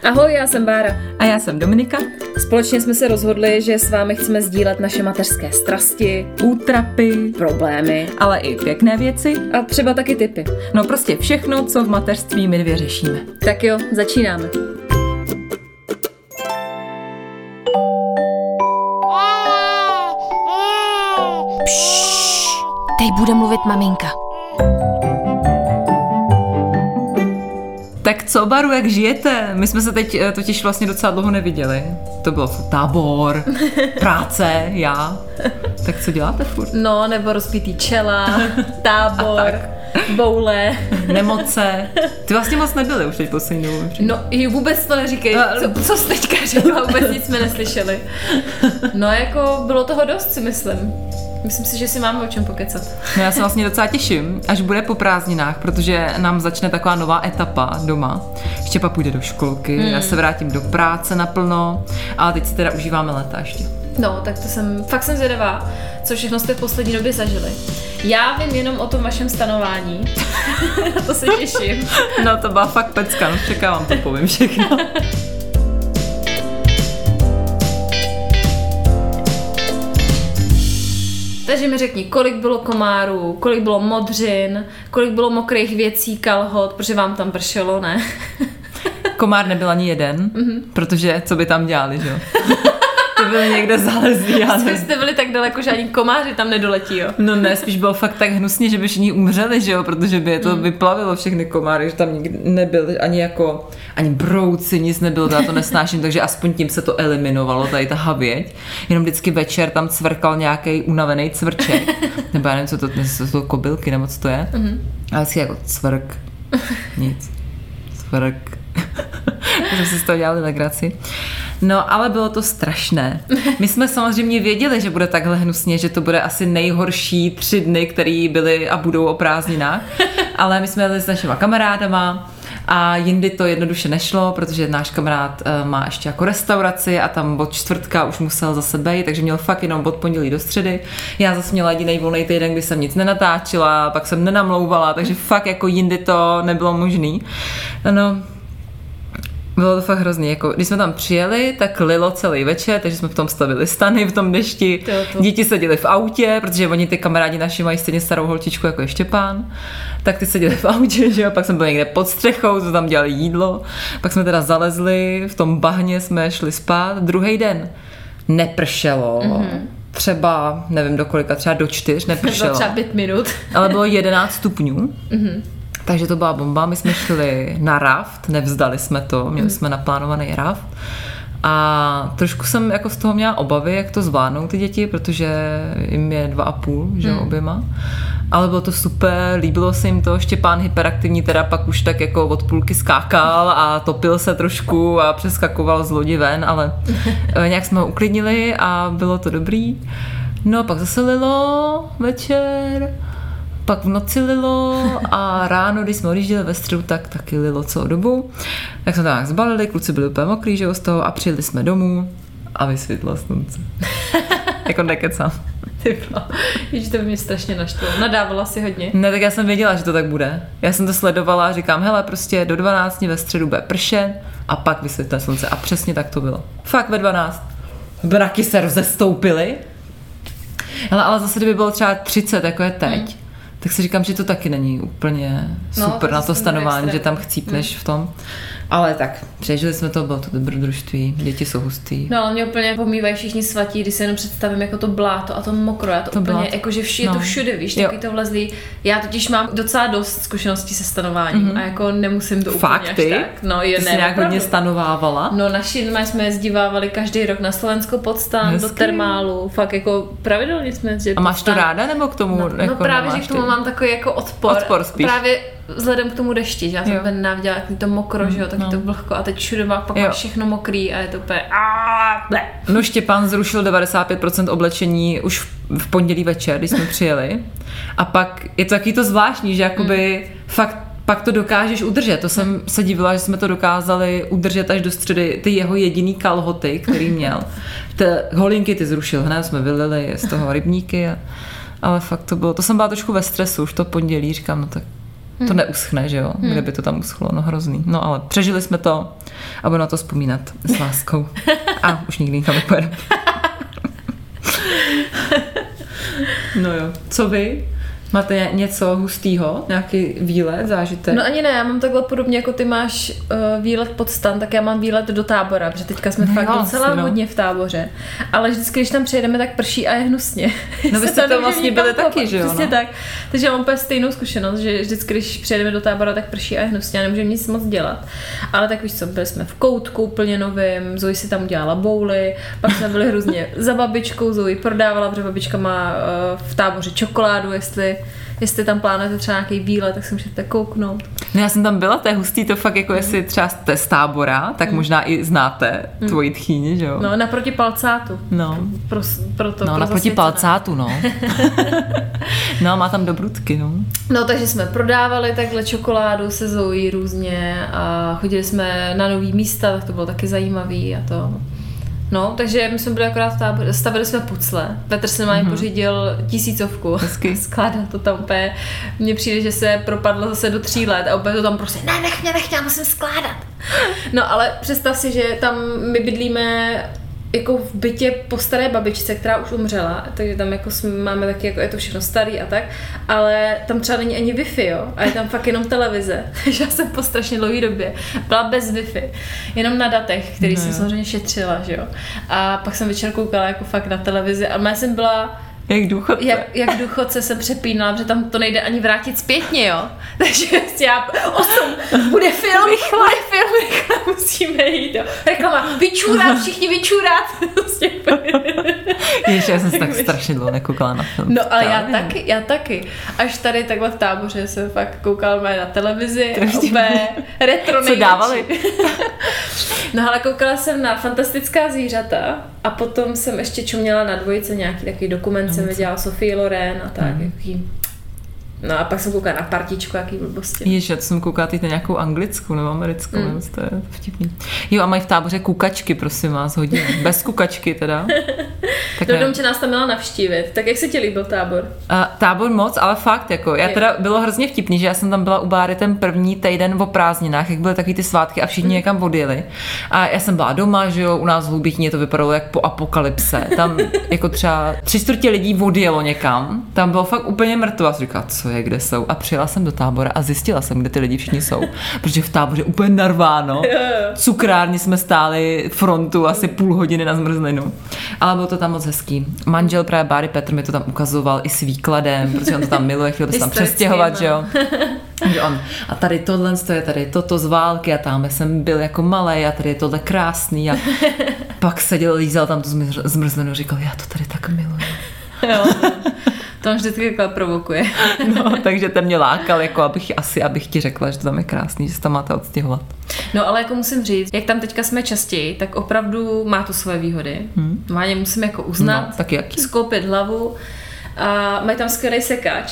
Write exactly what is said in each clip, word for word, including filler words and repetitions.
Ahoj, já jsem Bára. A já jsem Dominika. Společně jsme se rozhodli, že s vámi chceme sdílet naše mateřské strasti, útrapy, problémy, ale i pěkné věci. A třeba taky tipy. No prostě všechno, co v mateřství my dvě řešíme. Tak jo, začínáme. Pšš, teď bude mluvit maminka. Tak co, Baru, jak žijete? My jsme se teď totiž vlastně docela dlouho neviděli. To bylo tábor, práce, já. Tak co děláte furt? No, nebo rozpítý čela, tábor, boule. Nemoce. Ty vlastně moc nebyly už teď poslední dobu. No, vůbec to neříkej. Co, co jsi teďka řekla? Vůbec nic jsme neslyšeli. No, jako bylo toho dost, si myslím. Myslím si, že si máme o čem pokecat. No, já se vlastně docela těším, až bude po prázdninách, protože nám začne taková nová etapa doma. Štěpa půjde do školky, hmm. já se vrátím do práce naplno, ale teď si teda užíváme léta ještě. No, tak to jsem, fakt jsem zvědavá, co všechno jste v poslední době zažili. Já vím jenom o tom vašem stanování, to se těším. No, to byla fakt pecka, no čekávám, to povím všechno. Takže mi řekni, kolik bylo komárů, kolik bylo modřin, kolik bylo mokrých věcí, kalhot, protože vám tam pršelo, ne? Komár nebyl ani jeden, mm-hmm. protože co by tam dělali, že jo? To byly někde zalezlí. Ale... Jste byli tak daleko, že ani komáři tam nedoletí, jo? No ne, spíš bylo fakt tak hnusně, že by všichni umřeli, že jo? Protože by je to mm. vyplavilo všechny komáry, že tam nikdy nebyl ani jako, ani brouci, nic nebylo, já to nesnáším, takže aspoň tím se to eliminovalo, tady ta havěť. Jenom vždycky večer tam cvrkal nějaký unavený cvrček, nebo já nevím, co to, co to kobylky, nebo co to je. Mm-hmm. Ale vždycky jako cvrk, nic, cvrk. Takže si z toho dělali legraci. No, ale bylo to strašné. My jsme samozřejmě věděli, že bude takhle hnusně, že to bude asi nejhorší tři dny, které byly a budou o prázdninách, ale my jsme jeli s našima kamarádama a jindy to jednoduše nešlo, protože náš kamarád uh, má ještě jako restauraci a tam od čtvrtka už musel zase bejt, takže měl fakt jenom od pondělí do středy. Já zase měla jedinej volný týden, kdy jsem nic nenatáčela, pak jsem nenamlouvala, takže fakt jako jindy to nebylo možný. No, bylo to fakt hrozný, jako když jsme tam přijeli, tak lilo celý večer, takže jsme v tom stavili stany v tom dešti, to to. Děti seděly v autě, protože oni ty kamarádi naši mají stejně starou holčičku jako je Štěpán, tak ty seděli v autě, že jo, pak jsme byli někde pod střechou, jsme tam dělali jídlo, pak jsme teda zalezli, v tom bahně jsme šli spát, druhý den nepršelo, mm-hmm. třeba, nevím do kolika, třeba do čtyř nepršelo. Třeba pět minut. Ale bylo jedenáct stupňů. Mm-hmm. Takže to byla bomba, my jsme šli na raft, nevzdali jsme to, měli jsme naplánovaný raft a trošku jsem jako z toho měla obavy, jak to zvládnou ty děti, protože jim je dva a půl, že hmm. oběma, ale bylo to super, líbilo se jim to, Štěpán hyperaktivní teda pak už tak jako od půlky skákal a topil se trošku a přeskakoval z lodi ven, ale nějak jsme ho uklidnili a bylo to dobrý. No pak zase lilo večer, pak v noci lilo a ráno, když jsme odjížděli ve středu, tak taky lilo celou dobu. Tak jsme tam zbalili, kluci byli úplně mokrý, že jo, z toho a přijeli jsme domů a vysvětlo slunce. Jako nekecám. Ty víš, to by mě strašně naštvalo. Nadávala si hodně? Ne, tak já jsem věděla, že to tak bude. Já jsem to sledovala a říkám, hele, prostě do dvanácti ve středu bude pršet a pak vysvětlé slunce. A přesně tak to bylo. Fakt ve dvanáct. Braky se rozestoupily. Hele, ale zase, kdyby bylo třeba třicet, jako je teď, hmm. tak si říkám, že to taky není úplně super no, na to stanování, že tam chcípneš hmm. v tom. Ale tak, přežili jsme to, bylo to dobrodružství, děti jsou hustý. No ale mě úplně pomývají všichni svatí, když se jenom představím jako to bláto a to mokro, já to, to úplně, jakože vš- je no. to všude, víš, taky to vlezlý. Já totiž mám docela dost zkušeností se stanováním mm-hmm. a jako nemusím to úplně Fakt, až ty? tak. No, je, ty ne, jsi nějak hodně stanovávala? No naši jsme jezdívávali každý rok na Slovensko pod stan, Hezky. Do termálu, fakt jako pravidelně jsme. Že a máš to ráda nebo k tomu? No, jako no právě, že k tomu ty? Mám takový jako odpor. Odpor spíš. Právě vzhledem k tomu dešti, že já jsem úplně naviděla, jak to mokro, mm, že jo, taky no. to vlhko a teď všude má pak všechno mokrý a je to úplně aaaa, No Štěpán zrušil devadesát pět procent oblečení už v pondělí večer, když jsme přijeli a pak je to taky to zvláštní, že jakoby mm. fakt pak to dokážeš udržet. To jsem se divila, že jsme to dokázali udržet až do středy, ty jeho jediný kalhoty, který měl. Ty holinky ty zrušil hned, jsme vylili z toho rybníky a ale fakt to bylo, to jsem byla trošku ve stresu už to pondělí, říkám, no tak to neuschne, že jo, hmm. kde by to tam uschlo, no hrozný. No ale přežili jsme to a budu na to vzpomínat s láskou. A už nikdy nikam nepojedu. No jo, co vy? Máte něco hustýho? Nějaký výlet, zážitek? No ani ne, já mám takhle podobně, jako ty máš uh, výlet pod stan, tak já mám výlet do Tábora, protože teďka jsme no fakt jo, docela no. hodně v Táboře. Ale vždycky, když tam přejedeme, tak prší a je hnusně. No vy jste to vlastně byli taky, že jo? Přesně no? tak. Takže já mám úplně stejnou zkušenost, že vždycky, když přejedeme do Tábora, tak prší a je hnusně a nemůžeme nic moc dělat. Ale tak víš co, byli jsme v koutku úplně novým, Zoe si tam udělala bouly, pak jsme byli hrozně za babičkou, Zoe prodávala, protože babička má uh, v Táboře čokoládu, jestli jestli tam plánujete třeba nějaký výlet, tak se můžete kouknout. No já jsem tam byla, to je hustý, to fakt jako mm. jestli třeba jste z Tábora, tak mm. možná i znáte mm. tvoji tchýni, že jo? No, naproti Palcátu. No. Pro, pro to, no, pro naproti Palcátu, no. No, má tam dobrutky, no. No, takže jsme prodávali takhle čokoládu se Zoe různě a chodili jsme na nový místa, tak to bylo taky zajímavý a to... No, takže my jsme byli akorát v Táboře, stavili jsme pucle. Petr se normálně mm-hmm. pořídil tisícovku. Hezky. Skládal to tam úplně. Mně přijde, že se propadlo zase do tří let a úplně to tam prostě, ne, nech mě, nech mě, já musím skládat. No, ale představ si, že tam my bydlíme jako v bytě po staré babičce, která už umřela, takže tam jako máme taky, jako je to všechno starý a tak, ale tam třeba není ani Wi-Fi, jo, a je tam fakt jenom televize, takže já jsem po strašně dlouhé době byla bez Wi-Fi, jenom na datech, který no, jsem samozřejmě šetřila, že jo, a pak jsem večer koukala jako fakt na televizi a já jsem byla Jak důchodce. Jak, jak důchodce se přepínala, protože tam to nejde ani vrátit zpětně, jo. Takže já osm, bude film, rychle. bude film, rychle musíme jít, jo. Reklama, vyčůrat, všichni vyčůrat. Ježiš, já jsem se tak strašně dlouho nekoukala na film. No ale já taky, já taky. Až tady takhle v Táboře jsem fakt koukala na televizi, úplně retro největší. Co dávali? No ale koukala jsem na Fantastická zvířata a potom jsem ještě čuměla na Dvojice nějaký takový dokument, jsem viděla Sophie Loren a tak, mm. jaký. No a pak jsem koukala na Partičku, jaký blbosti. Ježiš, já to jsem koukala teď na nějakou anglickou nebo americkou, mm. to je vtipný. Jo, a mají v Táboře kukačky, prosím vás, hodně. Bez kukačky teda. Tak no, Domče nás tam měla navštívit. Tak jak se ti líbil Tábor? Uh, tábor moc, ale fakt, jako, já teda bylo hrozně vtipný, že já jsem tam byla u Báry ten první týden o prázdninách, jak byly takový ty svátky a všichni mm. někam odjeli. A já jsem byla doma, že jo, u nás v Hlubitíně to vypadalo jak po apokalypse. Tam jako třeba tři čtvrtě lidí odjelo někam, tam bylo fakt úplně mrtvo a jsem říkala, co je, kde jsou. A přijela jsem do Tábora a zjistila jsem, kde ty lidi všichni jsou. Protože v Táboře úplně narváno. Cukrárně jsme stáli frontu asi půl hodiny na zmrzlinu. Ale bylo to tam moc hezký. Manžel právě Báry Petr mi to tam ukazoval i s výkladem, protože on to tam miluje, chtěl by se tam přestěhovat, že jo. Že on, a tady tohle je tady toto z války a tam jsem byl jako malej a tady je tohle krásný a pak seděl, lízal tam tu zmrzlinu a říkal, já to tady tak miluji. Jo. To on vždycky takhle provokuje. No, takže ten mě lákal, jako abych asi, abych ti řekla, že to tam je krásný, že se tam máte odstěhovat. No, ale jako musím říct, jak tam teďka jsme častěji, tak opravdu má to své výhody. Hmm. Má je musím jako uznat, no, tak jaký? Skloupit hlavu a mají tam skvělý sekáč.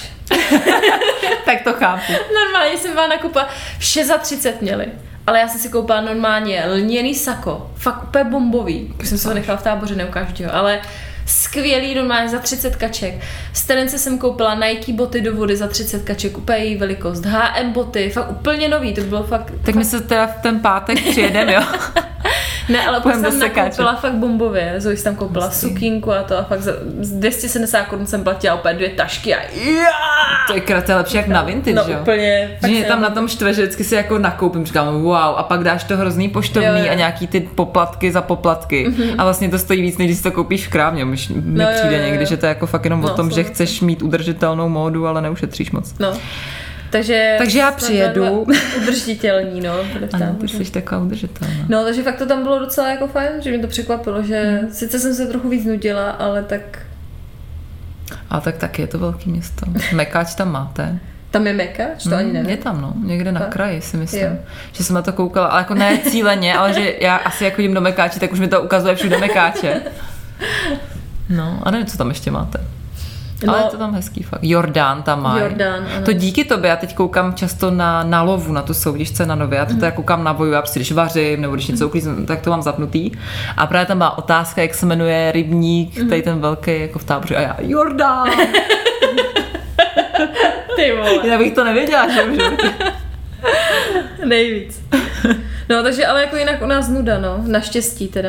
Tak to chápu. Normálně jsem byla nakupila, vše za třicet měli. Ale já jsem si koupila normálně lněný sako. Fakt úplně bombový. Už jsem se ho nechala v Táboře, neukážu ti ho, ale skvělý, normálně za třicet kaček. Z Terence jsem koupila Nike boty do vody za třicet kaček, úplně její velikost. H M boty, fakt úplně nový, to bylo fakt... Tak fakt... my se teda v ten pátek přijedeme, jo? Ne, ale pak jsem nakoupila fakt bombově. Zoe jsem tam koupila Hustý. sukínku a to a fakt za dvě stě sedmdesát korun jsem platila úplně dvě tašky a yeah! To je krát lepší jak na vintage, no, jo? Úplně. Že mě tam na tom štve, že vždycky si jako nakoupím, říkám wow, a pak dáš to hrozný poštovný jo, jo. a nějaký ty poplatky za poplatky mm-hmm. a vlastně to stojí víc, než když si to koupíš v krámě. Mi no, přijde jo, jo, někdy, že to je jako fakt jenom no, o tom, že chceš mít udržitelnou módu, ale neušetříš moc. No. Takže, takže já přijedu. Udržitelní, no. Ano, ty jsi taková udržitelná. No, takže fakt to tam bylo docela jako fajn, že mě to překvapilo, že hmm. sice jsem se trochu víc nudila, ale tak... Ale tak taky je to velké město. Mekáč tam máte. Tam je Mekáč? To hmm, ani nevím. Je tam, no. Někde na tak. kraji si myslím. Jo. Že jsem na to koukala, ale jako ne cíleně, ale že já asi jako jím do Mekáči, tak už mi to ukazuje všude Mekáče. No, a nevím, co tam ještě máte. No, ale je to tam hezký fakt. Jordán tam má. Jordán, ano. To díky tobě, já teď koukám často na, na lovu, na tu soutěžce na Nově, já to mm. teda koukám na voju, já prostě když vařím, nebo když něco uklízím, tak to mám zapnutý. A právě tam byla otázka, jak se jmenuje rybník, mm. tady ten velký, jako v Táboře, a já, Jordán! Ty vole. Já bych to nevěděla, že už. Nejvíc. No, takže ale jako jinak u nás nuda, no. Naštěstí teda.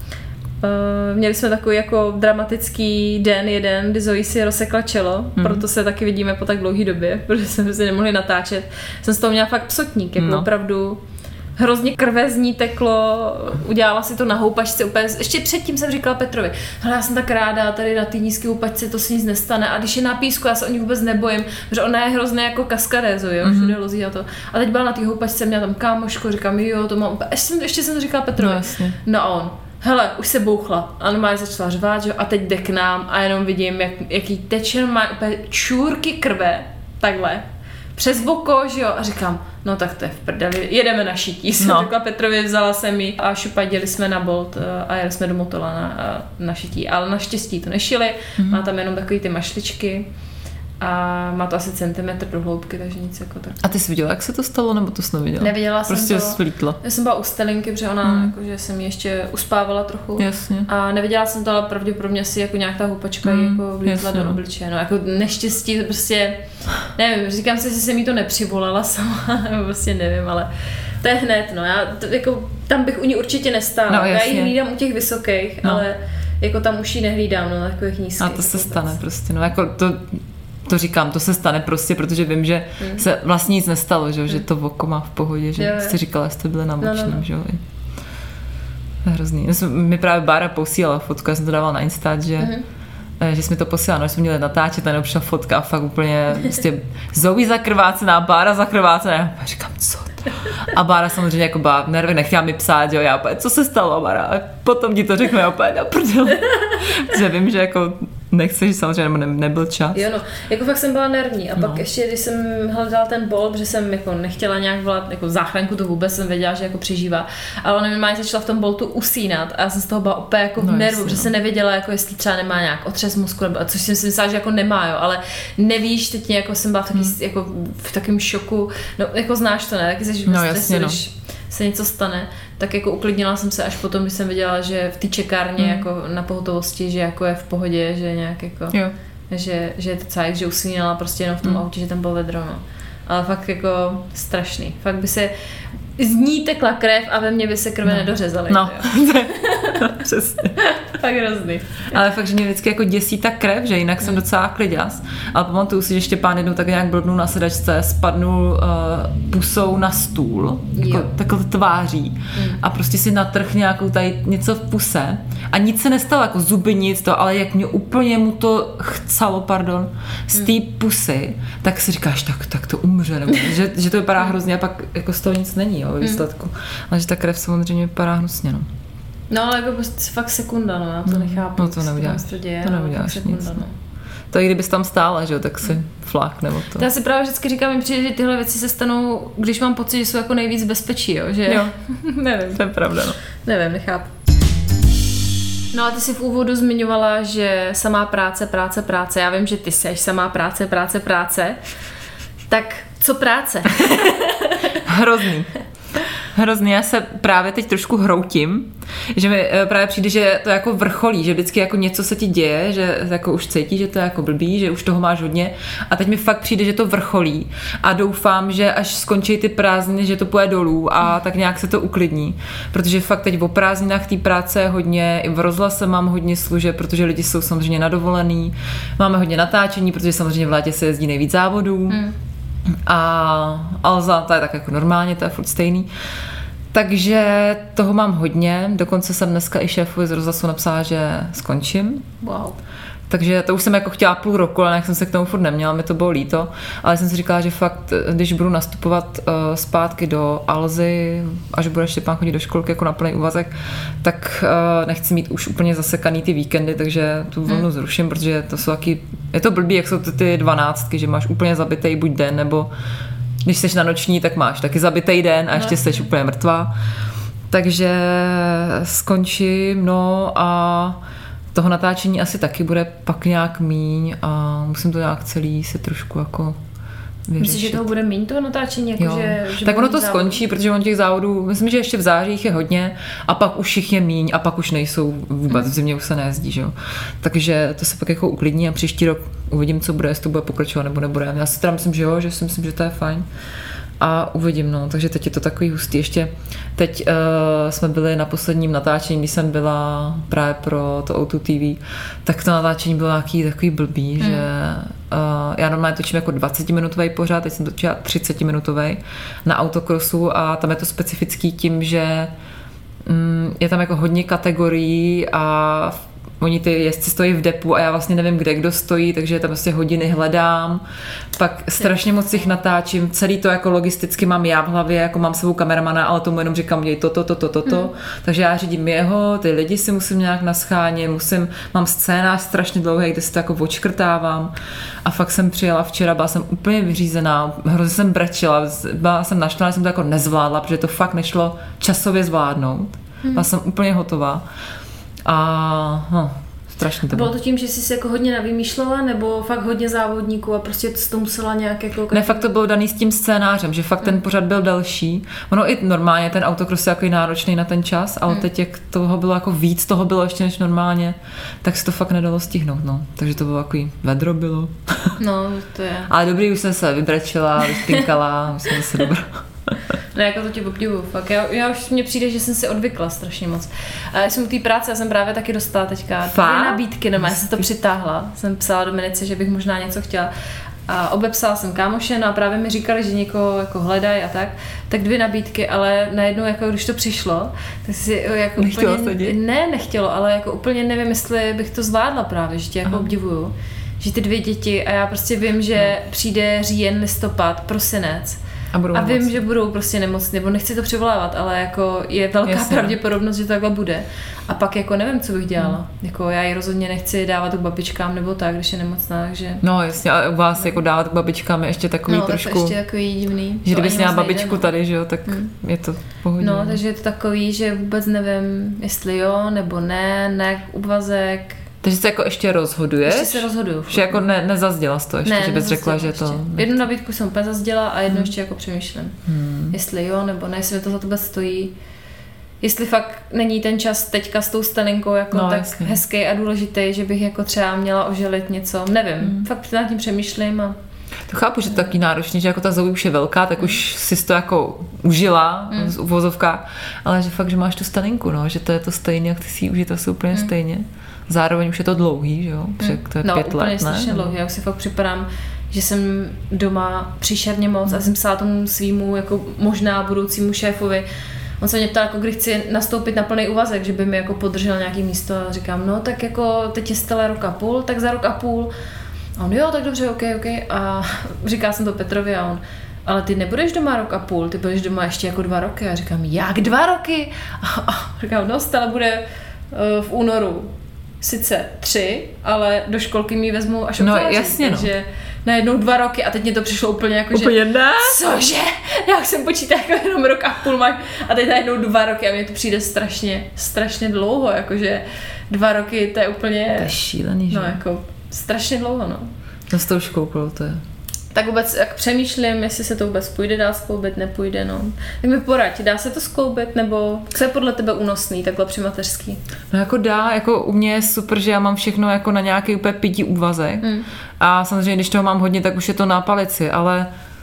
Uh, měli jsme takový jako dramatický den jeden, kdy Zoe si rozsekla čelo, mm. proto se taky vidíme po tak dlouhý době, protože jsme se nemohli natáčet. Jsem z toho měla fakt psotník, jako no. opravdu hrozně krve z ní teklo, udělala si to na houpačce úplně, ještě předtím jsem říkala Petrovi, hele, já jsem tak ráda, tady na té nízké houpačce to se nic nestane a když je na písku, já se o ní vůbec nebojím, protože ona je hrozně jako kaskadézo, jo, mm-hmm. všude lozí a to. A teď byla na té houpačce, měla tam kámošku, říkám, jo, to mám úplně, ještě jsem, ještě jsem to říkala Petrovi, no, no a on, hele, už se bouchla a normálně začala řvát, že? A teď jde k nám a jenom vidím, jak, jaký teče, má úplně čůrky krve, takhle, přes boko, že jo, a říkám, no tak to je v prdeli, jedeme na šití, jsem no. řekla Petrovi, vzala jsem ji a šupadili jsme na Bolt a jeli jsme do Motola na, na šití, ale naštěstí to nešili, mm-hmm. má tam jenom takový ty mašličky a má to asi centimetr do hloubky, takže nic jako tak. A ty jsi viděla, jak se to stalo, nebo to jsi neviděla? Neviděla prostě jsem to. Prostě slítla. Já jsem byla u Stelinky, protože ona, mm. jakože jsem ji ještě uspávala trochu. Jasně. A neviděla jsem to, ale pravděpodobně si jako nějak ta houpačka mm. jako vlítla do obličeje. No jako neštěstí, to prostě, nevím, říkám si, že jsem jí to nepřivolala sama, nebo prostě nevím, ale to je hned, no, já to, jako, tam bych u ní určitě nestála. No, já ji hlídám u těch vysokých, no. ale jako tam už ji nehlídám, no, na takových nízkých. A to se stane prostě, no, jako to... To říkám, to se stane prostě, protože vím, že hmm. se vlastně nic nestalo, že, hmm. že to oko má v pohodě, že jste říkala, že jste byli na bočním, no, no, no. že jo. To je hrozný. Mi právě Bára posílala fotku, já jsem to dávala na Insta, že, hmm. že jsme to posílala, no, jsme měli natáčet, a nepřišla fotka a fakt úplně prostě Zoe zakrvácená, Bára zakrvácená. A říkám, co to? A Bára samozřejmě jako byla v nervech, nechtěla mi psát, že jo, já opět, co se stalo, Bára? A potom ti to řeknu, já opět, na prdele. Že vím, že jako nechceš samozřejmě, nebo ne, nebyl čas. Jo, no, jako fakt jsem byla nervní a no. pak ještě, když jsem hledala ten Bolt, protože jsem jako nechtěla nějak volat, jako záchranku to vůbec jsem věděla, že jako přežívá, ale ona mi normálně začala v tom Boltu usínat a já jsem z toho byla opět jako v no, nervu, protože no. se nevěděla, jako jestli třeba nemá nějak otřes mozku, nebo, což jsem si myslela, že jako nemá, jo, ale nevíš, teď jako jsem byla v, taky, hmm. jako v takém šoku, no jako znáš to, ne, taky jsi no, jasně, no. když se něco stane, tak jako uklidnila jsem se až potom, když jsem viděla, že v té čekárně mm. jako na pohotovosti, že jako je v pohodě, že nějak jako, jo. že, že je to cajk, že usínala prostě jenom v tom mm. autě, že tam bylo vedro, no. Ale fakt jako strašný. Fakt by se z ní tekla krev a ve mně by se krve no. nedořezaly. No, přesně. Fakt hrozný. Ale fakt, že mě vždycky jako děsí ta krev, že jinak mm. jsem docela kliďas. Ale pamatuju si, že Štěpán jednou tak nějak blbnul na sedačce, spadnul uh, pusou na stůl, jako, takhle tváří mm. a prostě si natrhl nějakou tady něco v puse a nic se nestalo, jako zuby nic to, ale jak mě úplně mu to chcalo, pardon, z té mm. pusy, tak si říkáš, tak, tak to umře, nebo že, že to vypadá hrozně a pak jako z toho nic není, jo, ve výsledku. Mm. Ale že ta krev samozřejmě vypadá hnusně, no. No ale jako prostě fakt sekunda, no, já to nechápu. No to neuděláš, to, děje, to neuděláš sekunda, nic. No. To i kdybys tam stála, že jo, tak si flák nebo to. To já si právě vždycky říkám, mi přijde, že tyhle věci se stanou, když mám pocit, že jsou jako nejvíc bezpečí, jo, že... Jo, nevím. To je pravda, no. Nevím, nechápu. No a ty jsi v úvodu zmiňovala, že samá práce, práce, práce. Já vím, že ty seš samá práce, práce, práce. Tak co práce? Hrozný. Hrozný, já se právě teď trošku hroutím, že mi právě přijde, že to jako vrcholí, že vždycky jako něco se ti děje, že jako už cítí, že to je jako blbý, že už toho máš hodně a teď mi fakt přijde, že to vrcholí a doufám, že až skončí ty prázdniny, že to půjde dolů a tak nějak se to uklidní, protože fakt teď o prázdninách té práce je hodně, i v rozhlase mám hodně služeb, protože lidi jsou samozřejmě na dovolený, máme hodně natáčení, protože samozřejmě v létě se jezdí nejvíc závodů. Hmm. A Alza, ta je tak jako normálně, to je furt stejný. Takže toho mám hodně, dokonce jsem dneska i šéfovi z rozhlasu napsala, že skončím. Wow. Takže to už jsem jako chtěla půl roku, ale jak jsem se k tomu furt neměla, mi to bylo líto. Ale jsem si říkala, že fakt, když budu nastupovat uh, zpátky do Alzy, až bude Štěpán chodit do školky jako na plný úvazek, tak uh, nechci mít už úplně zasekaný ty víkendy, takže tu vlnu hmm. zruším, protože to jsou taky, je to blbý, jak jsou ty, ty dvanáctky, že máš úplně zabitej buď den, nebo když jsi na noční, tak máš taky zabitej den a ještě jsi úplně mrtvá. Takže skončím, no a toho natáčení asi taky bude pak nějak míň a musím to nějak celý se trošku jako vyřešit. Myslíš, že toho bude méně toho natáčení? Jako že, že tak ono to závodů? Skončí, protože on těch závodů, myslím, že ještě v září jich je hodně a pak už jich je míň a pak už nejsou vůbec, v zimě už se nejezdí, že jo. Takže to se pak jako uklidní a příští rok uvidím, co bude, jestli to bude pokračovat nebo nebude. Já si teda myslím, že jo, že si myslím, že to je fajn. A uvidím, no, takže teď je to takový hustý. Ještě teď uh, jsme byli na posledním natáčení, když jsem byla právě pro to O dva T V, tak to natáčení bylo nějaký takový blbý, mm. že uh, já normálně točím jako dvacetiminutový pořád, teď jsem točila třicetiminutový na autokrosu a tam je to specifický tím, že um, je tam jako hodně kategorií a oni ty jezdci stojí v depu a já vlastně nevím, kde kdo stojí, takže tam vlastně hodiny hledám. Pak strašně moc jich natáčím. Celý to jako logisticky mám já v hlavě, jako mám svou kameramana, ale tomu jenom říkám, děj toto, toto, toto. Mm. Takže já řídím jeho, ty lidi si musím nějak naschánět, musím, mám scénář strašně dlouhý, kde si to jako odškrtávám. A fakt jsem přijela včera, byla jsem úplně vyřízená, hrozně jsem brečela, byla jsem naštvaná, jsem to jako nezvládla, protože to fakt nešlo časově zvládnout. Mm. Byla jsem úplně hotová. A no, strašně to bylo. Bylo to tím, že jsi si jako hodně navymýšlela, nebo fakt hodně závodníků a prostě jsi to musela nějak jako... Ne, fakt to bylo daný s tím scénářem, že fakt mm. ten pořad byl delší. Ono i normálně ten autokros je jako náročný na ten čas, ale mm. teď jak toho bylo jako víc, toho bylo ještě než normálně, tak se to fakt nedalo stihnout, no. Takže to bylo takový vedro bylo. No, to je. Ale dobrý, už jsem se vybrečela, vyspinkala, už jsem zase dobrá. No, jako to tě obdivuju, fakt. Já, já už mně přijde, že jsem si odvykla strašně moc. A já jsem u té práce, já jsem právě taky dostala teďka dvě nabídky, no, já jsem to přitáhla. Jsem psala Dominice, že bych možná něco chtěla. A obepsala jsem kámoše, no a právě mi říkali, že někoho jako hledají a tak. Tak dvě nabídky, ale najednou, jako když to přišlo, tak si jako nechtělo úplně... Sedit? Ne, nechtělo, ale jako úplně nevím, jestli bych to zvládla právě, že tě jako Aha. obdivuju. Že ty dvě děti a já prostě vím, že no. přijde říjen, listopad, prosinec. A, a vím, moc. že budou prostě nemocní, nebo nechci to přivolávat, ale jako je velká Jasně. pravděpodobnost, že to takhle bude. A pak jako nevím, co bych dělala. Hmm. Jako já ji rozhodně nechci dávat k babičkám nebo tak, když je nemocná, takže... No jasně, ale u vás no. jako dávat k babičkám je ještě takový no, trošku... No, tak ještě takový divný. Že kdybys měla babičku nejde, tady, že jo, tak hmm. je to pohodě. No, takže je to takový, že vůbec nevím, jestli jo, nebo ne, ne úvazek. Takže se jako ještě rozhoduješ? Ještě se rozhoduju. Že jako ne, nezazděla jsi to ještě, ne, že bys řekla, že ještě. to... Jednu nabídku jsem úplně zazděla a jednu hmm. ještě jako přemýšlím. Hmm. Jestli jo, nebo ne, jestli to za tebe stojí. Jestli fakt není ten čas teďka s tou staninkou jako no, tak jasně. hezký a důležitý, že bych jako třeba měla oželit něco. Nevím, hmm. fakt nad tím přemýšlím a... To chápu, že to je taky náročný, že jako ta Zoe už je velká, tak mm. už si to jako užila mm. v uvozovkách, ale že fakt, že máš tu staninku, no, že to je to stejně, jak ty si ji užít asi úplně mm. stejně. Zároveň už je to dlouhý, že jo, protože to je no, pět let, ne? No, úplně dlouhý, já už si fakt připadám, že jsem doma příšerně moc mm. a jsem psala tomu svýmu jako možná budoucímu šéfovi. On se mě ptal, jako kdy chci nastoupit na plný úvazek, že by mi jako podržel nějaký místo a říkám, no tak jako teď je stala rok a půl, tak za rok a půl. A on, jo, tak dobře, ok, ok. A říká jsem to Petrovi a on, ale ty nebudeš doma rok a půl, ty budeš doma ještě jako dva roky. A říkám, jak dva roky? A, a říkám, no, Stella bude uh, v únoru sice tři, ale do školky mi vezmu až no, obzáří, jasně, takže no. najednou dva roky a teď mě to přišlo úplně jako, úplně že... ne? Cože? Já už jsem počítala jako jenom rok a půl máš a teď najednou dva roky a mně to přijde strašně, strašně dlouho, jakože dva roky to je úplně... To je šílený, že? No, jako strašně dlouho, no. No s tou školkou to je. Tak vůbec, jak přemýšlím, jestli se to vůbec půjde dál skloubit, nepůjde, no. Tak mi poraď, dá se to skloubit, nebo co je podle tebe únosný, takhle při mateřský? No jako dá, jako u mě je super, že já mám všechno jako na nějaký úplně pětí úvazek mm. a samozřejmě, když toho mám hodně, tak už je to na palici, ale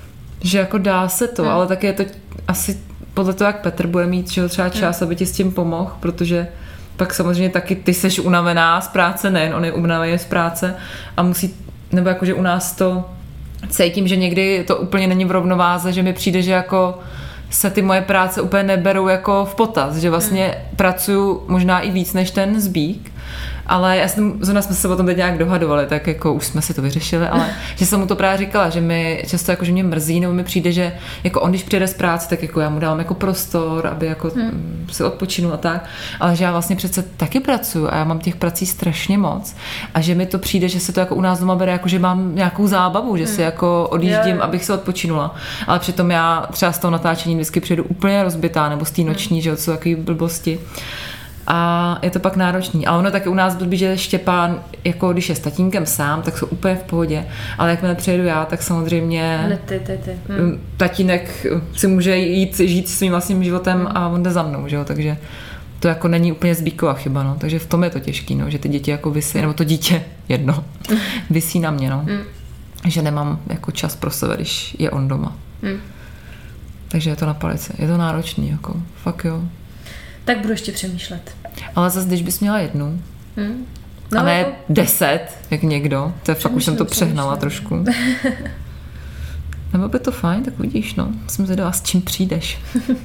že jako dá se to, mm. ale tak je to asi podle toho, jak Petr bude mít že třeba čas, mm. aby ti s tím pomohl, protože pak samozřejmě taky ty seš unavená z práce, nejen on je unavený z práce a musí, nebo jakože u nás to cítím, že někdy to úplně není v rovnováze, že mi přijde, že jako se ty moje práce úplně neberou jako v potaz, že vlastně mm. pracuju možná i víc než ten Zbík, ale já jsem, zrovna jsme se o tom teď nějak dohadovali, tak jako už jsme si to vyřešili, ale že jsem mu to právě říkala, že mi často jako, že mě mrzí, nebo mi přijde, že jako on, když přijde z práce, tak jako já mu dávám jako prostor, aby jako hmm. si odpočinul a tak, ale že já vlastně přece taky pracuju a já mám těch prací strašně moc a že mi to přijde, že se to jako u nás doma bere, jako že mám nějakou zábavu, že hmm. si jako odjíždím, yeah. abych se odpočinula, ale přitom já třeba z toho natáčení vždycky přijedu úplně rozbitá, nebo z té noční, hmm. že jo, co takový blbosti. A je to pak náročný. Ale ono taky u nás blbý, že Štěpán, jako když je s tatínkem sám, tak jsou úplně v pohodě. Ale jakmile přijedu já, tak samozřejmě Ne, ty, ty, ty. Hm. tatínek si může jít žít svým vlastním životem a on jde za mnou, že jo? Takže to jako není úplně Zbíkova chyba, no. Takže v tom je to těžký, no, že ty děti jako visí, nebo to dítě jedno, visí na mě, no. Mm. Že nemám jako čas pro sebe, když je on doma. Mm. Takže je to na palici. Je to náročný, jako fakt jo. Tak budu ještě přemýšlet. Ale zase, když bys měla jednu, Mm. no, a ne jako... deset, jak někdo, to je fakt, už jsem to přehnala přemýšlím. trošku. Nebo by to fajn, tak vidíš, no. Jsem zvědavá, s čím přijdeš.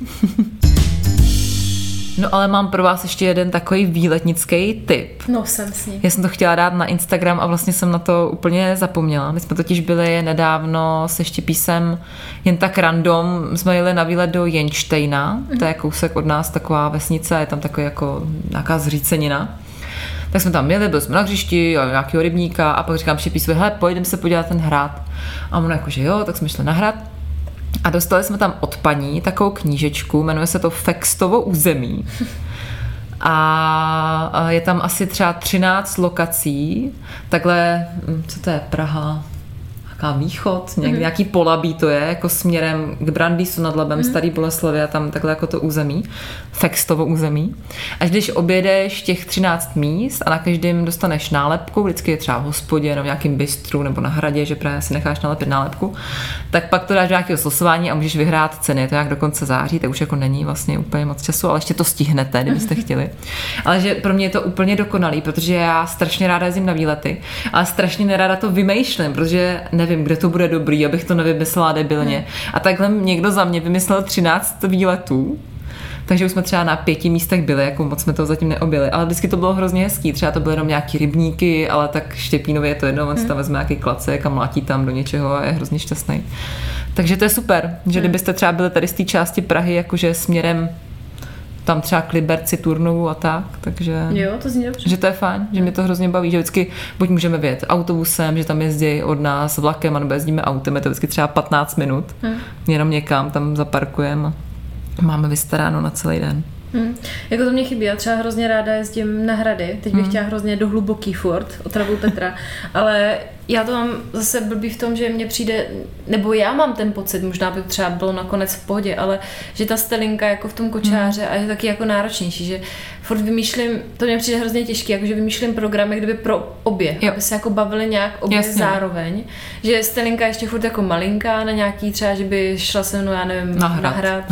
No ale mám pro vás ještě jeden takový výletnický tip. No jsem s ním. Já jsem to chtěla dát na Instagram a vlastně jsem na to úplně zapomněla. My jsme totiž byli nedávno se Štěpísem jen tak random, jsme jeli na výlet do Jenštejna, mm. to je kousek od nás taková vesnice, je tam takový jako nějaká zřícenina. Tak jsme tam jeli, byli jsme na hřišti, nějakého rybníka a pak říkám Štěpísovi, hele, pojedeme se podívat ten hrad. A on jako, že jo, tak jsme šli na hrad. A dostali jsme tam od paní takovou knížečku, jmenuje se to Fextovo území. A je tam asi třeba třináct lokací. Takhle, co to je, Praha, nějaká východ, nějak, mm-hmm. nějaký Polabí to je, jako směrem k Brandýsu nad Labem, mm-hmm. Starý Boleslavy a tam takhle jako to území, Fextovo území. Až když objedeš těch třináct míst a na každém dostaneš nálepku, vždycky je třeba v hospodě nebo v nějakým bistru nebo na hradě, že právě si necháš nalepit nálepku, tak pak to dáš do nějakého slosování a můžeš vyhrát ceny. Je to jak do konce září, tak už jako není vlastně úplně moc času, ale ještě to stihnete, kdybyste chtěli. Ale že pro mě je to úplně dokonalý, protože já strašně ráda jezdím na výlety, ale strašně neráda to vymýšlím, protože nevím, kde to bude dobrý, abych to nevymyslela debilně. Hmm. A takhle někdo za mě vymyslel třináct výletů, takže už jsme třeba na pěti místech byli, jako moc jsme to zatím neobjeli, ale vždycky to bylo hrozně hezký, třeba to byly jenom nějaký rybníky, ale tak Štěpínovi je to jedno, on si tam vezme nějaký klacek a mlátí tam do něčeho a je hrozně šťastný. Takže to je super, že hmm. kdybyste třeba byli tady z té části Prahy, jakože směrem tam třeba k Liberci, Turnovu a tak, takže jo, to zní dobře. Že to je fajn, že mě to hrozně baví, že vždycky buď můžeme vyjet autobusem, že tam jezdí od nás vlakem, anebo jezdíme autem, je to vždycky třeba patnáct minut, hmm. jenom někam tam zaparkujeme a máme vystaráno na celý den. Hmm. Jako to mě chybí, já třeba hrozně ráda jezdím na hrady, teď bych hmm. chtěla hrozně do hluboký furt, otravu Petra, ale já to mám zase blbý v tom, že mně přijde, nebo já mám ten pocit, možná by to třeba bylo nakonec v pohodě, ale že ta stelinka jako v tom kočáře hmm. a je taky jako náročnější, že furt vymýšlím, to mě přijde hrozně těžký, jakože vymýšlím programy, kdyby pro obě, jo. aby se jako bavili nějak obě Jasně. zároveň, že stelinka ještě furt jako malinká na nějaký třeba, že by šla se mnou, já nevím, na hrad. Na hrad.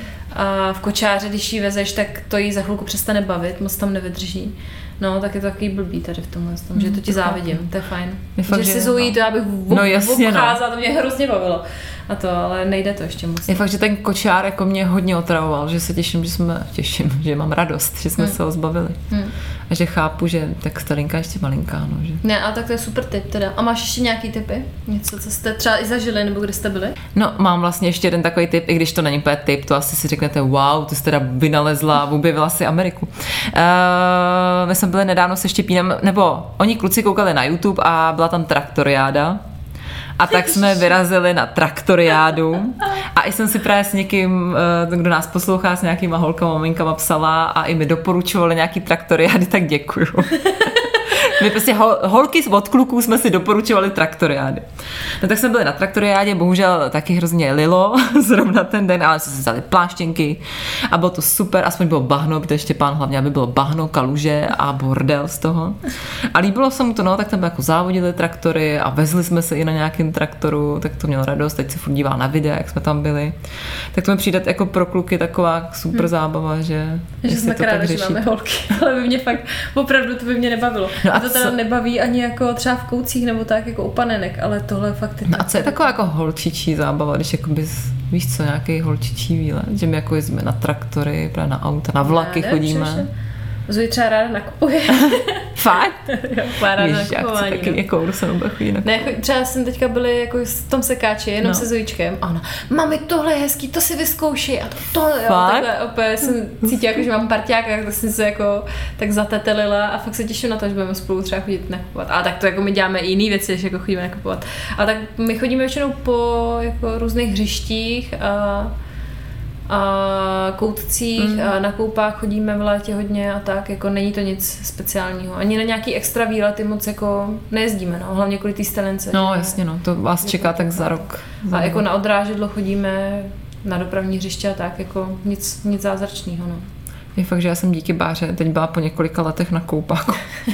A v kočáře, když ji vezeš, tak to jí za chvilku přestane bavit, moc tam nevydrží. No, tak je to takový blbý tady v tomhle, tom, že to ti závidím, to je fajn. Je fakt, že si zoují, to já bych v, no, jasně, obcházela, no. To mě hrozně bavilo. A to, ale nejde to ještě moc. Je fakt, že ten kočár jako mě hodně otravoval, že se těším, že jsme, těším, že mám radost, že jsme hmm. se ho zbavili. Hmm. A že chápu, že tak starinka ještě malinká, no. Že... Ne, a tak to je super tip teda. A máš ještě nějaký tipy? Něco, co jste třeba i zažili, nebo kde jste byli? No, mám vlastně ještě jeden takový tip, i když to není úplně tip, to asi si řeknete, wow, ty jsi teda vynalezla, objevila si Ameriku. Uh, my jsme byli nedávno se Štěpínem, nebo oni kluci koukali na YouTube a byla tam traktoriáda. A tak jsme vyrazili na traktoriádu a i jsem si právě s někým, kdo nás poslouchá, s nějakýma holkama, maminkama psala a i mi doporučovali nějaký traktoriády, tak děkuju. My prostě hol, holky od kluků jsme si doporučovali traktoriády. No tak jsme byli na traktoriádě, bohužel taky hrozně lilo zrovna ten den, ale jsme si vzali pláštěnky a bylo to super, aspoň bylo bahno, protože Štěpán hlavně, aby bylo bahno, kaluže a bordel z toho. A líbilo se mu to, no, tak tam jako závodili traktory a vezli jsme se i na nějakém traktoru, tak to mělo radost, teď se furt dívá na videa, jak jsme tam byli. Tak to mi přijde jako pro kluky taková super hmm. zábava, že že jsme rádi, že máme holky, ale by mě fakt, opravdu to by mě nebavilo. No a to teda co... nebaví ani jako třeba v koucích nebo tak jako u panenek, ale tohle fakt je no a co je taková jako holčičí zábava, když jakoby, víš co, nějaký holčičí výlet, že my jako jezdíme na traktory, právě na auta, na vlaky ne, chodíme. Přešen. Zoe třeba ráda nakupuje. Fakt? Jo, ráda nakupování. Taky no. jako Rusanu chodí na ne, jako, třeba jsem teďka byli jako v tom sekáči, jenom no. se Zoičkem a ona, mami, tohle je hezký, to si vyzkoušej a to, to jo, takhle opět jsem cítila, jako, že mám parťáka, tak jsem se jako tak zatetelila a fakt se těším na to, že budeme spolu třeba chodit nakupovat. A tak to jako my děláme i jiný věci, než jako chodíme nakupovat. A tak my chodíme většinou po jako různých hřištích a a koutcích Mm. a na koupách chodíme v létě hodně a tak, jako není to nic speciálního. Ani na nějaký extra výlety moc jako nejezdíme, no, hlavně kvůli té Stelence. No že- jasně, no, to vás že čeká to tak tak za tak. rok. Za A jako rok. na odrážedlo chodíme na dopravní hřiště a tak, jako nic, nic zázračného, no. Je fakt, že já jsem díky Báře teď byla po několika letech na koupáku.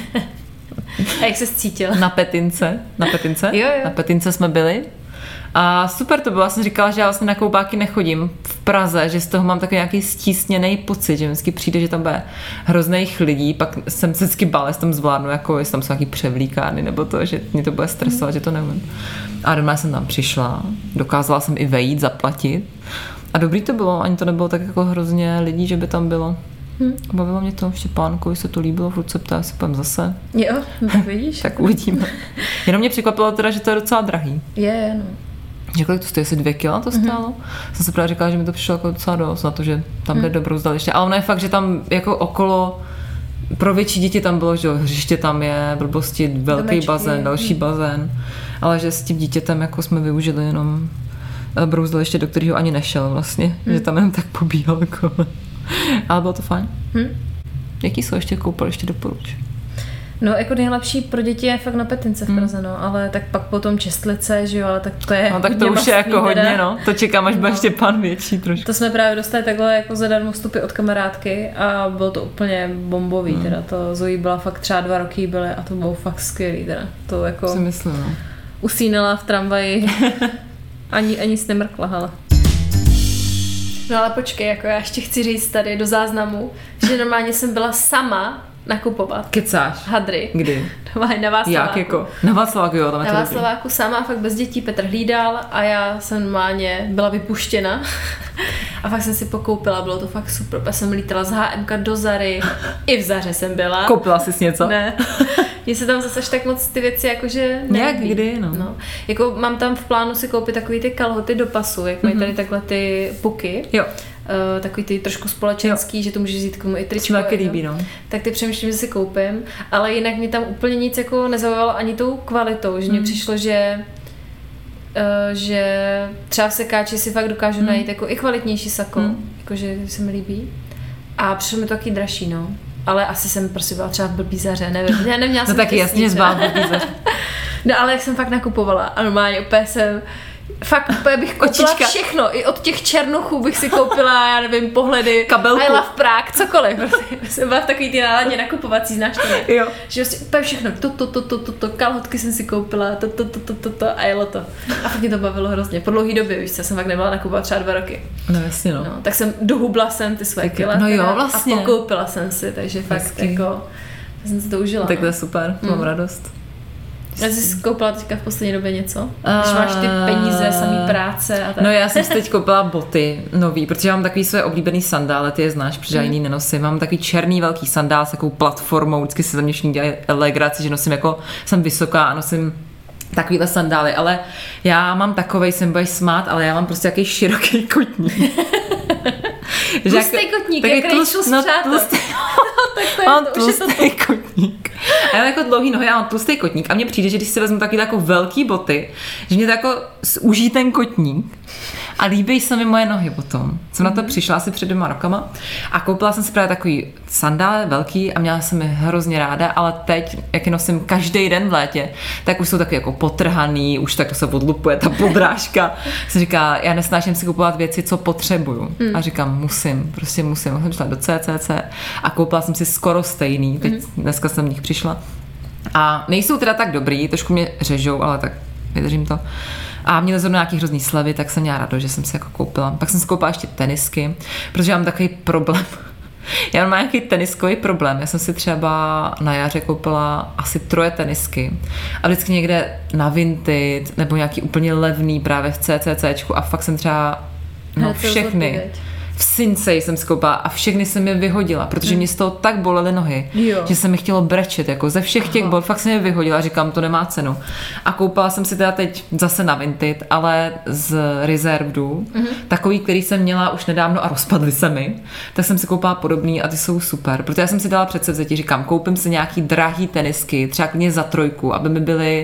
A jak se cítila? Na Petince. Na Petince? Jo, jo. Na Petince jsme byli. A super to bylo, já jsem říkala, že já vlastně na koupáky nechodím v Praze, že z toho mám takový nějaký stísněný pocit, že vždycky přijde, že tam bude hrozných lidí, pak jsem se vždycky bála, jestli tam zvládnu, jako jestli tam jsou nějaký převlíkárny, nebo to, že mě to bude stresovat, že to neumím. A doma jsem tam přišla, dokázala jsem i vejít, zaplatit a dobrý to bylo, ani to nebylo tak jako hrozně lidí, že by tam bylo. Hm. Bavilo mě to, Štěpánkovi se to líbilo, furt se ptá, jestli půjdem zase, Jo, tak vidíš. tak uvidíme. Jenom mě překvapilo teda, že to je docela drahý. Je, je, no. Že kolik to stojí, asi dvě kila to stálo? Mm-hmm. Jsem se právě říkala, že mi to přišlo jako docela dost na to, že tam jde mm. dobrou zdaliště. Ale ono je fakt, že tam jako okolo pro větší děti tam bylo, že jo, hřiště tam je, blbosti, velký Domečky. bazén, další mm. bazén. Ale že s tím dítětem jako jsme využili jenom brouzdaliště, do kterého ani nešel vlastně. Mm. Že tam jenom tak pobíhal okolo. Ale bylo to fajn. Hm? Jaký jsou ještě koupaliště doporuč? No, jako nejlepší pro děti je fakt na Petince v Praze, no, ale tak pak potom Čestlice, že jo, ale tak to je No tak to hodně už je jako mastný teda. hodně, no. To čekám, až bude No. Štěpán větší trošku. To jsme právě dostali takhle jako zadarmo vstupy od kamarádky a bylo to úplně bombový, hmm. teda to Zoe byla fakt třeba dva roky byly a to bylo fakt skvělý, teda to jako Si myslím, no. usínala v tramvaji, ani, ani s nemrkla, hele. No ale počkej, jako já ještě chci říct tady do záznamu, že normálně jsem byla sama nakupovat Kecáš. hadry. Kdy? Normálně na Václaváku. Jak jako? Na Václaváku, jo, tam je Na to dobrý. Václaváku sama, fakt bez dětí, Petr hlídal a já jsem normálně byla vypuštěna a fakt jsem si pokoupila, bylo to fakt super, já jsem lítala z há emka do Zary, i v Zaře jsem byla. Koupila jsi něco? Ne. Mně se tam zase až tak moc ty věci jakože Jak, nelíbí. kdy, no. no. Jako mám tam v plánu si koupit takový ty kalhoty do pasu, jak mají tady takhle ty puky. Jo. Uh, takový ty trošku společenský, jo. že to můžeš vzít k tomu i tričko. Se mi taky jo. líbí, no. Tak ty přemýšlím, že si koupím, ale jinak mi tam úplně nic jako nezaujalo ani tou kvalitou, že mně Mm. přišlo, že uh, že třeba v sekáči si fakt dokážu Mm. najít jako i kvalitnější sako, Mm. jakože se mi líbí. A přišlo mi to taky dražší, no. Ale asi jsem prostě byla třeba v blbý Zaře, nevím. Já neměla No jsem taky jasně, že třeba. zbál blbý Zaře. No ale jak jsem fakt nakupovala a normálně úplně jsem fakt úplně bych koupila Kočička. všechno. I od těch černochů bych si koupila, já nevím, pohledy, Kabelku. I love Prague, cokoliv. Prostě jsem byla v takový ty náladě nakupovací, znáš to, ne? Jo. Že prostě úplně všechno, to, to, to, to, to, to, kalhotky jsem si koupila, to, to, to, to, to, to a jelo to. A fakt mě to bavilo hrozně. Po dlouhý době, víš co, jsem fakt nebyla nakupovat třeba dva roky. No jasně, no. No, tak jsem dohubla jsem ty své Tak- kila no jo, teda vlastně. a pokoupila jsem si, takže fakt Hezky. jako jsem si to užila. Tak to no. je super, mám radost. Já jsi koupila teďka v poslední době něco? Když máš ty peníze, samý práce a tak. No já jsem si teď koupila boty nový, protože já mám takový své oblíbený sandále, ty je znáš, protože já jiný nenosím. Mám takový černý velký sandál s takovou platformou, vždycky se za mě všichni dělají legraci, že nosím jako, jsem vysoká a nosím takovýhle sandály, ale já mám takovej, jsem budeš smát, ale já mám prostě jaký široký kotník. Tlustý kotník, takový jak tlust- rejšus no, přátel. tlustý, Tak to je mám to, už je to tlustý kotník. A já mám jako dlouhý nohy, já mám tlustý kotník a mně přijde, že když si vezmu takový jako velký boty, že mě to jako uží ten kotník a líbí se mi moje nohy potom. Jsem mm-hmm. na to přišla asi před dvěma rokama a koupila jsem si právě takový sandále velký a měla jsem je hrozně ráda, ale teď, jak je nosím každý den v létě, tak už jsou takový jako potrhaný, už tak se odlupuje ta podrážka. Jsem říká, já nesnáším si kupovat věci, co potřebuju. Mm. A říkám, musím, prostě musím. Jsem šla do C C C a koupila jsem si skoro stejný, teď mm. dneska jsem v nich přišla. A nejsou teda tak dobrý, trošku mě řežou, ale tak vydržím to. A měli zrovna nějaký hrozný slevy, tak jsem měla radost, že jsem si jako koupila. Pak jsem si koupila ještě tenisky, protože já mám takový problém. Já mám nějaký teniskový problém. Já jsem si třeba na jaře koupila asi troje tenisky a vždycky někde na Vinted nebo nějaký úplně levný právě v CCCčku a fakt jsem třeba no, všechny. V Sinsei jsem skoupala a všechny jsem je vyhodila, protože mm. mě z toho tak bolely nohy, jo. že se mi chtělo brečet, jako ze všech těch bol, fakt jsem je vyhodila, říkám, to nemá cenu. A koupala jsem si teda teď zase na Vinted, ale z Reservedu, mm-hmm. takový, který jsem měla už nedávno a rozpadly se mi, tak jsem si koupala podobný a ty jsou super, protože já jsem si dala předsevzetí, říkám, koupím si nějaký drahý tenisky, třeba klidně za trojku, aby mi byly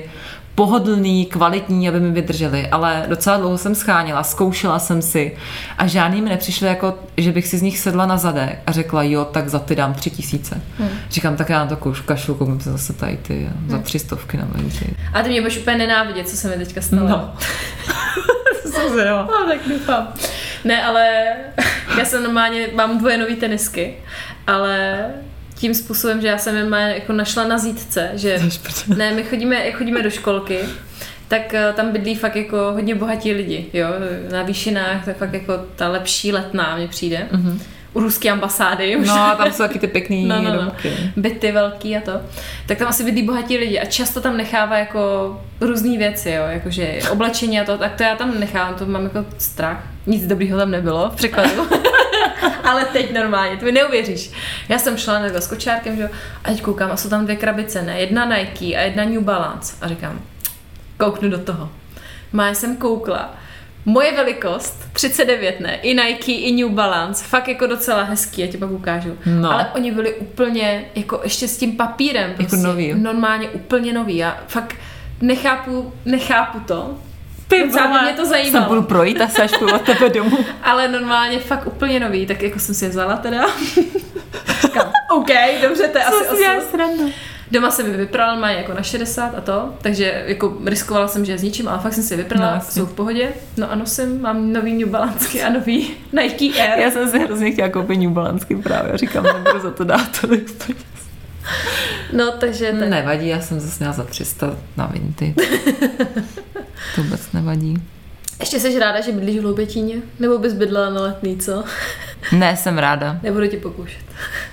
pohodlný, kvalitní, aby mi vydržely, ale docela dlouho jsem scháněla, zkoušela jsem si a žádný mi nepřišlo jako, že bych si z nich sedla na zadek a řekla, jo, tak za ty dám tři tisíce. Hmm. Říkám, tak já na to kašlu, koupím se zase tady ty hmm. za tři stovky na venci. A ty mě budeš úplně nenávidět, co se mi teďka stalo. No. Jsem zvědavá. No, tak doufám. Ne, ale já jsem normálně, mám dvoje nový tenisky, ale tím způsobem, že já jsem je jako našla na zítce, že ne, my chodíme, chodíme do školky, tak tam bydlí fakt jako hodně bohatí lidi, jo, na výšinách, tak fakt jako ta lepší Letná mně přijde. Mm-hmm. U ruské ambasády. No a tam jsou taky ty pěkný no, no, domky. No. Byty velký a to. Tak tam asi bydlí bohatí lidi a často tam nechává jako různý věci, jo, jakože oblečení a to, tak to já tam nechávám, to mám jako strach. Nic dobrýho tam nebylo v překladu. Ale teď normálně, to mi neuvěříš. Já jsem šla na s kočárkem, že jo, a teď koukám a jsou tam dvě krabice, ne? Jedna Nike a jedna New Balance. A říkám, kouknu do toho. Má jsem koukla. Moje velikost, třicet devět, ne? I Nike, i New Balance. Fakt jako docela hezký, já ti pak ukážu. No. Ale oni byli úplně, jako ještě s tím papírem. Prostě, jako nový. Normálně úplně nový. Já fakt nechápu, nechápu to. Ty vole, mě to zajímalo. Se budu projít a se až půjdu od tebe domů. Ale normálně fakt úplně nový, tak jako jsem si je vzala teda. Říkám, OK, dobře, to je asi osm. Doma jsem je vyprala, mají jako na šedesát a to, takže jako riskovala jsem, že je s ničím, ale fakt jsem si je vyprala, no, jsou v pohodě. No a nosím, mám nový New Balance a nový Nike Air. Já jsem si hrozně chtěla koupit New Balance právě, říkám, nebudu za to dát tolik peněz. No, takže... Tak. Nevadí, já jsem zase měla za tři sta na Vinty. To vůbec nevadí. Ještě jsi ráda, že bydlíš v Hloubětíně? Nebo bys bydlela na Letný, co? Ne, jsem ráda. Nebudu ti pokoušet.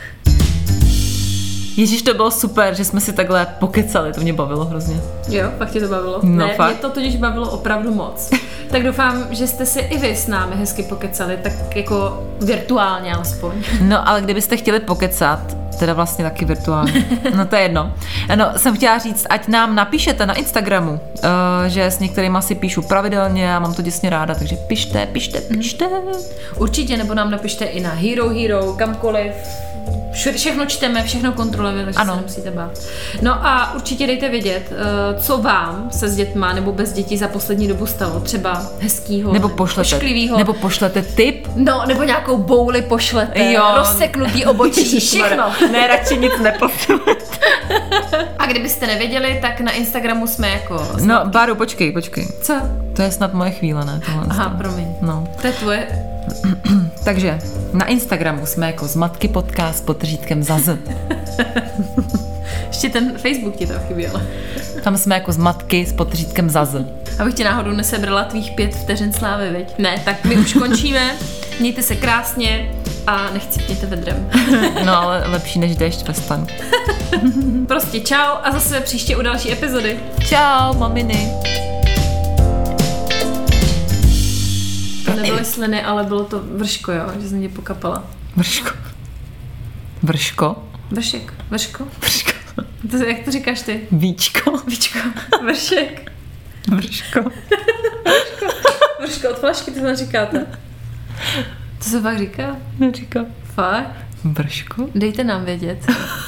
Ježíš, to bylo super, že jsme si takhle pokecali, to mě bavilo hrozně. Jo, fakt tě to bavilo? No, ne, fakt. mě to totiž bavilo opravdu moc. Tak doufám, že jste si i vy s námi hezky pokecali, tak jako virtuálně alespoň. No, ale kdybyste chtěli pokecat, teda vlastně taky virtuálně, no to je jedno. No, jsem chtěla říct, ať nám napíšete na Instagramu, uh, že s některými si píšu pravidelně a mám to děsně ráda, takže pište, pište, pište. Určitě, nebo nám napište i na Hero Hero, kamkoliv. Všechno čteme, všechno kontrolujeme, takže ano. Se nemusíte bát. No a určitě dejte vědět, co vám se s dětma nebo bez dětí za poslední dobu stalo. Třeba hezkýho, nebo pošlete, pošklivýho. Nebo pošlete tip. No, nebo nějakou bouli pošlete. Jo. Rozseknutý obočí, všechno. Ne, radši nic nepošlete. A kdybyste nevěděli, tak na Instagramu jsme jako... No, Báru, počkej, počkej. Co? To je snad moje chvíle, ne? Tohle Aha, promiň. No. To je tvoje... Takže na Instagramu jsme jako Zmatky podcast s podtržítkem Zaz. Ještě ten Facebook ti to chyběl. Tam jsme jako Zmatky s podtržítkem Zaz. Abych ti náhodou nesebrala tvých pět vteřin slávy, viď? Ne, tak my už končíme. Mějte se krásně a nechcípněte vedrem. No, ale lepší než déšť ve stanu. Prostě čau a zase příště u další epizody. Čau, maminy. To nebyly sliny, ale bylo to vrško, jo, že jsem tě pokapala. Vrško. Vrško? Vršek. Vrško? Vrško. To, jak to říkáš ty? Víčko. Víčko. Vršek. Vrško. Vrško. Vrško od flašky, to říkáte. To se fakt říká? Neříká. Fakt? Vrško? Dejte nám vědět.